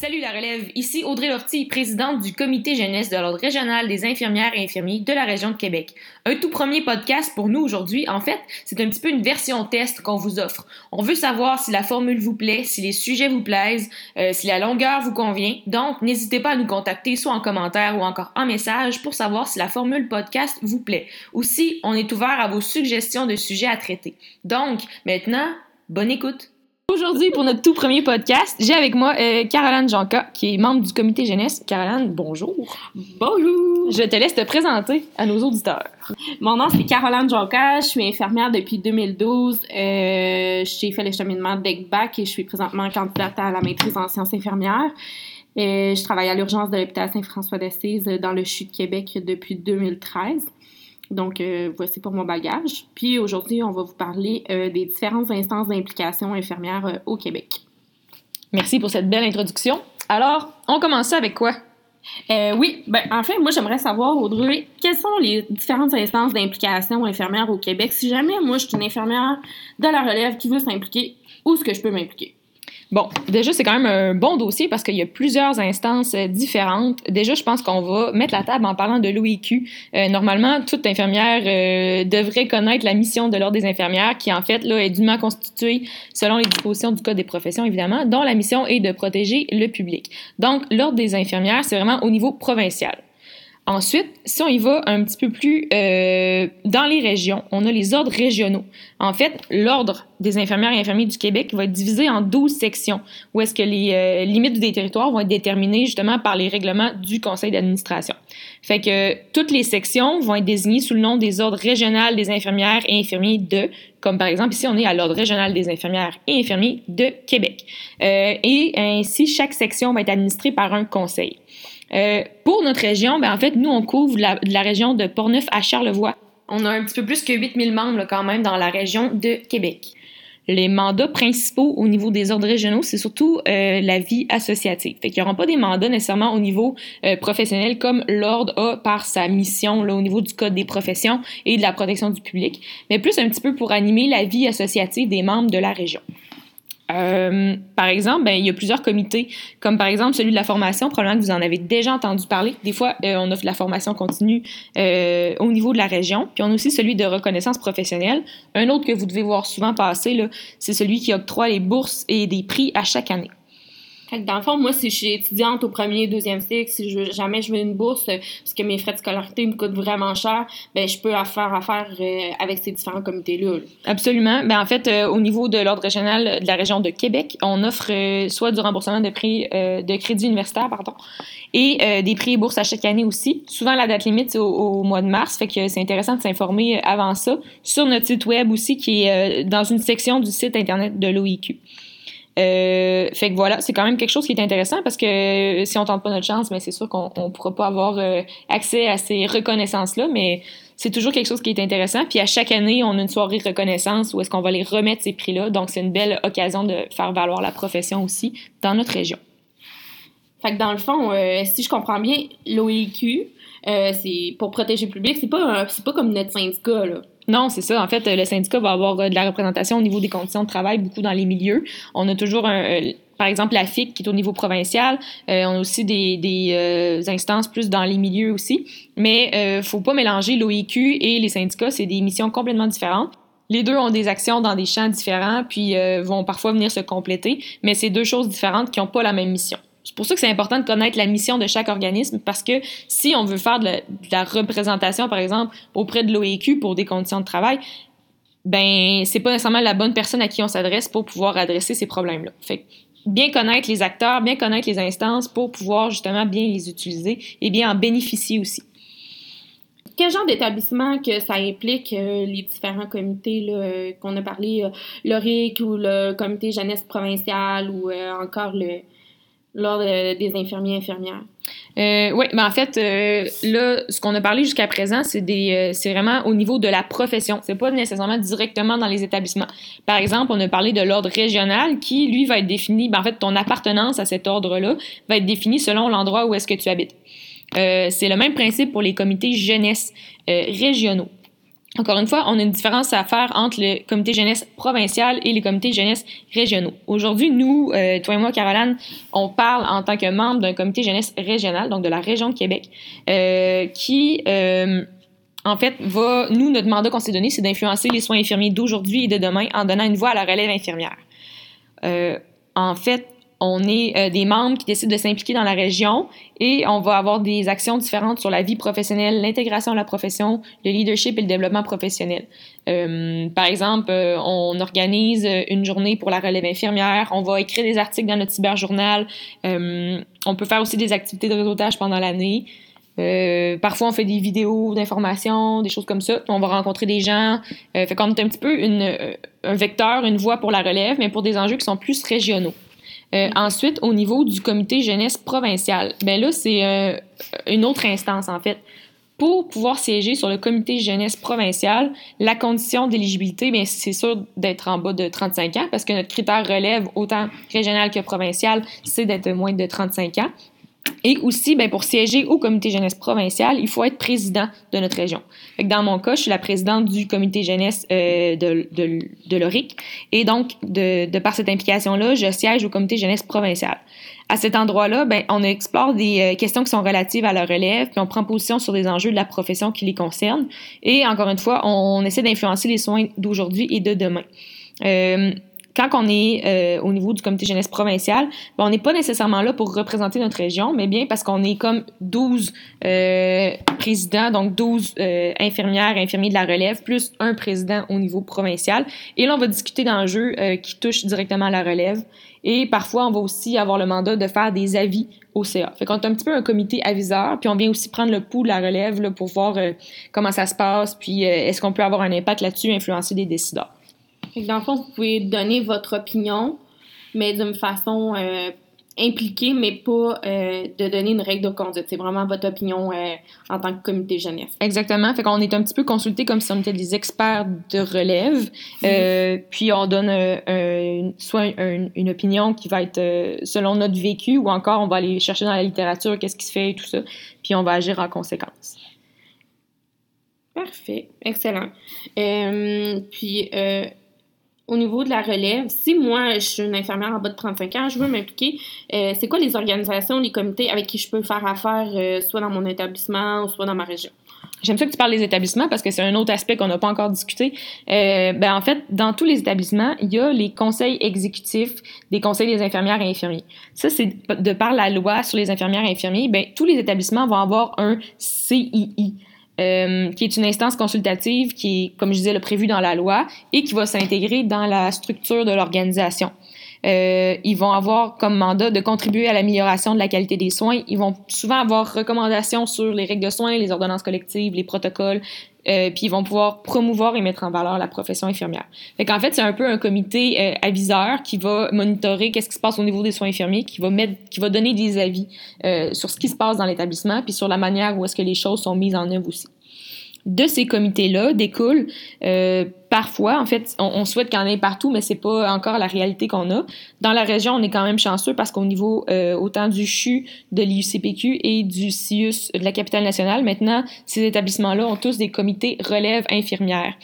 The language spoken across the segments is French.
Salut la relève, ici Audrey Lortie, présidente du comité jeunesse de l'Ordre régional des infirmières et infirmiers de la région de Québec. Un tout premier podcast pour nous aujourd'hui, en fait, c'est un petit peu une version test qu'on vous offre. On veut savoir si la formule vous plaît, si les sujets vous plaisent, si la longueur vous convient. Donc, n'hésitez pas à nous contacter soit en commentaire ou encore en message pour savoir si la formule podcast vous plaît. Aussi, on est ouvert à vos suggestions de sujets à traiter. Donc, maintenant, bonne écoute! Aujourd'hui, pour notre tout premier podcast, j'ai avec moi Caroline Jonca, qui est membre du comité jeunesse. Caroline, bonjour. Bonjour. Je te laisse te présenter à nos auditeurs. Mon nom, c'est Caroline Jonca. Je suis infirmière depuis 2012. J'ai fait le cheminement d'ECBAC et je suis présentement candidate à la maîtrise en sciences infirmières. Je travaille à l'urgence de l'hôpital Saint-François-d'Assise dans le CHU de Québec depuis 2013. Donc, voici pour mon bagage. Puis aujourd'hui, on va vous parler des différentes instances d'implication infirmière au Québec. Merci pour cette belle introduction. Alors, on commence ça avec quoi? En fait, moi, j'aimerais savoir, Audrey, quelles sont les différentes instances d'implication infirmière au Québec? Si jamais, moi, je suis une infirmière de la relève qui veut s'impliquer, où est-ce que je peux m'impliquer? Bon, déjà, c'est quand même un bon dossier parce qu'il y a plusieurs instances différentes. Déjà, je pense qu'on va mettre la table en parlant de l'OIQ. Normalement, toute infirmière devrait connaître la mission de l'Ordre des infirmières qui, en fait, là, est dûment constituée selon les dispositions du Code des professions, évidemment, dont la mission est de protéger le public. Donc, l'Ordre des infirmières, c'est vraiment au niveau provincial. Ensuite, si on y va un petit peu plus dans les régions, on a les ordres régionaux. En fait, l'Ordre des infirmières et infirmiers du Québec va être divisé en 12 sections, où est-ce que les limites des territoires vont être déterminées justement par les règlements du conseil d'administration. Fait que toutes les sections vont être désignées sous le nom des ordres régionaux des infirmières et infirmiers de, comme par exemple ici on est à l'Ordre régional des infirmières et infirmiers de Québec. Et ainsi, chaque section va être administrée par un conseil. Pour notre région, en fait, nous, on couvre la région de Portneuf à Charlevoix. On a un petit peu plus que 8000 membres là, quand même dans la région de Québec. Les mandats principaux au niveau des ordres régionaux, c'est surtout la vie associative. Fait qu'il n'y aura pas des mandats nécessairement au niveau professionnel comme l'ordre a par sa mission là, au niveau du Code des professions et de la protection du public, mais plus un petit peu pour animer la vie associative des membres de la région. Par exemple, il y a plusieurs comités, comme par exemple celui de la formation, probablement que vous en avez déjà entendu parler. Des fois, on offre la formation continue au niveau de la région. Puis on a aussi celui de reconnaissance professionnelle. Un autre que vous devez voir souvent passer, là, c'est celui qui octroie les bourses et des prix à chaque année. Fait que dans le fond, moi, si je suis étudiante au premier et deuxième cycle, si jamais je veux une bourse, parce que mes frais de scolarité me coûtent vraiment cher, je peux faire affaire avec ces différents comités-là. Là. Absolument. En fait, au niveau de l'Ordre régional de la région de Québec, on offre soit du remboursement de prix de crédit universitaire, et des prix et bourses à chaque année aussi. Souvent, la date limite, c'est au mois de mars, fait que c'est intéressant de s'informer avant ça sur notre site web aussi, qui est dans une section du site Internet de l'OIQ. Fait que voilà, c'est quand même quelque chose qui est intéressant parce que si on tente pas notre chance, c'est sûr qu'on pourra pas avoir accès à ces reconnaissances-là, mais c'est toujours quelque chose qui est intéressant. Puis à chaque année, on a une soirée reconnaissance où est-ce qu'on va les remettre ces prix-là. Donc, c'est une belle occasion de faire valoir la profession aussi dans notre région. Fait que dans le fond, si je comprends bien, l'OIQ, c'est pour protéger le public, c'est pas comme notre syndicat, là. Non, c'est ça. En fait, le syndicat va avoir de la représentation au niveau des conditions de travail, beaucoup dans les milieux. On a toujours par exemple, la FIC qui est au niveau provincial. On a aussi des instances plus dans les milieux aussi. Mais faut pas mélanger l'OIQ et les syndicats. C'est des missions complètement différentes. Les deux ont des actions dans des champs différents, puis vont parfois venir se compléter. Mais c'est deux choses différentes qui n'ont pas la même mission. C'est pour ça que c'est important de connaître la mission de chaque organisme parce que si on veut faire de la représentation, par exemple, auprès de l'OIQ pour des conditions de travail, c'est pas nécessairement la bonne personne à qui on s'adresse pour pouvoir adresser ces problèmes-là. Fait que bien connaître les acteurs, bien connaître les instances pour pouvoir justement bien les utiliser et bien en bénéficier aussi. Quel genre d'établissement que ça implique les différents comités là, qu'on a parlé, l'ORIC ou le comité jeunesse provincial ou encore l'ordre des infirmiers et infirmières? Oui, en fait, là, ce qu'on a parlé jusqu'à présent, c'est vraiment au niveau de la profession. C'est pas nécessairement directement dans les établissements. Par exemple, on a parlé de l'ordre régional qui, lui, va être défini, en fait, ton appartenance à cet ordre-là va être définie selon l'endroit où est-ce que tu habites. C'est le même principe pour les comités jeunesse régionaux. Encore une fois, on a une différence à faire entre le comité jeunesse provincial et les comités jeunesse régionaux. Aujourd'hui, nous, toi et moi, Caroline, on parle en tant que membre d'un comité jeunesse régional, donc de la région de Québec, qui, en fait, notre mandat qu'on s'est donné, c'est d'influencer les soins infirmiers d'aujourd'hui et de demain en donnant une voix à la relève infirmière. En fait, on est des membres qui décident de s'impliquer dans la région et on va avoir des actions différentes sur la vie professionnelle, l'intégration à la profession, le leadership et le développement professionnel. Par exemple, on organise une journée pour la relève infirmière, on va écrire des articles dans notre cyberjournal, on peut faire aussi des activités de réseautage pendant l'année. Parfois, on fait des vidéos d'information, des choses comme ça. On va rencontrer des gens. Fait qu'on est un petit peu un vecteur, une voie pour la relève, mais pour des enjeux qui sont plus régionaux. Ensuite, au niveau du comité jeunesse provincial, ben là, c'est une autre instance, en fait. Pour pouvoir siéger sur le comité jeunesse provincial, la condition d'éligibilité, bien, c'est sûr d'être en bas de 35 ans, parce que notre critère relève, autant régional que provincial, c'est d'être moins de 35 ans. Et aussi, ben, pour siéger au comité jeunesse provincial, il faut être président de notre région. Fait que dans mon cas, je suis la présidente du comité jeunesse de l'ORIC. Et donc, de par cette implication-là, je siège au comité jeunesse provincial. À cet endroit-là, ben, on explore des questions qui sont relatives à la relève, puis on prend position sur des enjeux de la profession qui les concernent. Et encore une fois, on essaie d'influencer les soins d'aujourd'hui et de demain. Quand on est au niveau du comité jeunesse provincial, ben, on n'est pas nécessairement là pour représenter notre région, mais bien parce qu'on est comme 12 présidents, donc 12 infirmières, infirmiers de la relève, plus un président au niveau provincial. Et là, on va discuter d'enjeux qui touchent directement à la relève. Et parfois, on va aussi avoir le mandat de faire des avis au CA. Fait qu'on est un petit peu un comité aviseur, puis on vient aussi prendre le pouls de la relève là, pour voir comment ça se passe, puis est-ce qu'on peut avoir un impact là-dessus, influencer des décideurs. Dans le fond, vous pouvez donner votre opinion, mais d'une façon impliquée, mais pas de donner une règle de conduite. C'est vraiment votre opinion en tant que comité jeunesse. Exactement. Fait qu'on est un petit peu consulté comme si on était des experts de relève. Puis on donne soit une opinion qui va être selon notre vécu, ou encore on va aller chercher dans la littérature qu'est-ce qui se fait et tout ça. Puis on va agir en conséquence. Parfait. Excellent. Au niveau de la relève, si moi, je suis une infirmière en bas de 35 ans, je veux m'impliquer, c'est quoi les organisations, les comités avec qui je peux faire affaire, soit dans mon établissement ou soit dans ma région? J'aime ça que tu parles des établissements parce que c'est un autre aspect qu'on n'a pas encore discuté. En fait, dans tous les établissements, il y a les conseils exécutifs des conseils des infirmières et infirmiers. Ça, c'est de par la loi sur les infirmières et infirmiers, tous les établissements vont avoir un CII. Qui est une instance consultative qui est, comme je disais, le prévu dans la loi et qui va s'intégrer dans la structure de l'organisation. Ils vont avoir comme mandat de contribuer à l'amélioration de la qualité des soins. Ils vont souvent avoir recommandations sur les règles de soins, les ordonnances collectives, les protocoles, puis ils vont pouvoir promouvoir et mettre en valeur la profession infirmière. Fait qu'en fait, c'est un peu un comité aviseur qui va monitorer qu'est-ce qui se passe au niveau des soins infirmiers, qui va donner des avis sur ce qui se passe dans l'établissement, puis sur la manière où est-ce que les choses sont mises en œuvre aussi. De ces comités-là découle parfois, en fait, on souhaite qu'il y en ait partout, mais c'est pas encore la réalité qu'on a. Dans la région, on est quand même chanceux parce qu'au niveau autant du CHU, de l'IUCPQ et du CIUS de la capitale nationale, maintenant, ces établissements-là ont tous des comités relève infirmière.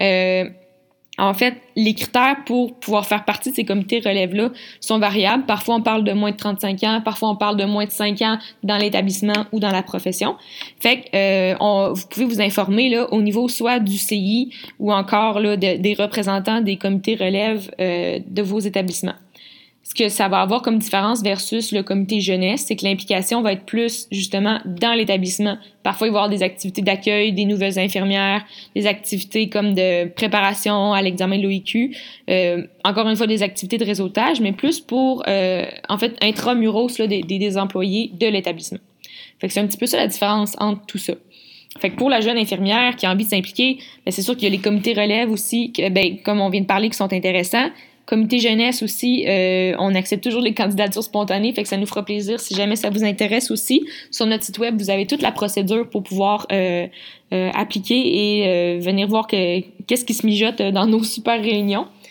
En fait, les critères pour pouvoir faire partie de ces comités relève-là sont variables. Parfois, on parle de moins de 35 ans, parfois, on parle de moins de 5 ans dans l'établissement ou dans la profession. Fait que vous pouvez vous informer là, au niveau soit du CI ou encore là, des représentants des comités relève de vos établissements. Ce que ça va avoir comme différence versus le comité jeunesse, c'est que l'implication va être plus justement dans l'établissement. Parfois, il va y avoir des activités d'accueil, des nouvelles infirmières, des activités comme de préparation à l'examen de l'OIQ, encore une fois des activités de réseautage, mais plus pour, en fait, intramuros là, des employés de l'établissement. Fait que c'est un petit peu ça la différence entre tout ça. Fait que pour la jeune infirmière qui a envie de s'impliquer, bien, c'est sûr qu'il y a les comités relève aussi, comme on vient de parler, qui sont intéressants. Comité jeunesse aussi, on accepte toujours les candidatures spontanées, fait que ça nous fera plaisir si jamais ça vous intéresse aussi. Sur notre site web, vous avez toute la procédure pour pouvoir appliquer et venir voir qu'est-ce qui se mijote dans nos super réunions.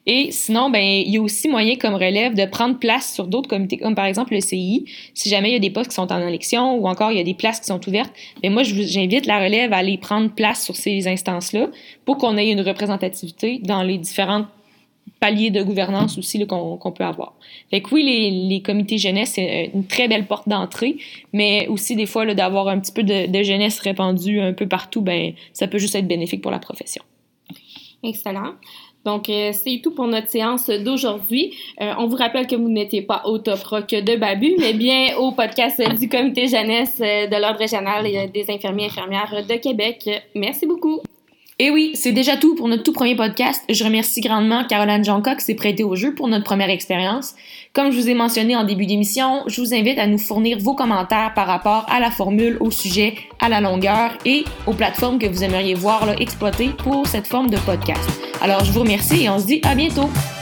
Et sinon, ben il y a aussi moyen comme relève de prendre place sur d'autres comités, comme par exemple le CI. Si jamais il y a des postes qui sont en élection ou encore il y a des places qui sont ouvertes, ben moi, j'invite la relève à aller prendre place sur ces instances-là pour qu'on ait une représentativité dans les différentes paliers de gouvernance aussi là, qu'on peut avoir. Fait que oui, les comités jeunesse, c'est une très belle porte d'entrée, mais aussi des fois, là, d'avoir un petit peu de jeunesse répandue un peu partout, ben ça peut juste être bénéfique pour la profession. Excellent. Donc, c'est tout pour notre séance d'aujourd'hui. On vous rappelle que vous n'étiez pas au Top Rock de Babu, mais bien au podcast du Comité jeunesse de l'Ordre régional des infirmiers et infirmières de Québec. Merci beaucoup. Et oui, c'est déjà tout pour notre tout premier podcast. Je remercie grandement Caroline Jonca qui s'est prêtée au jeu pour notre première expérience. Comme je vous ai mentionné en début d'émission, je vous invite à nous fournir vos commentaires par rapport à la formule, au sujet, à la longueur et aux plateformes que vous aimeriez voir là, exploitées pour cette forme de podcast. Alors, je vous remercie et on se dit à bientôt!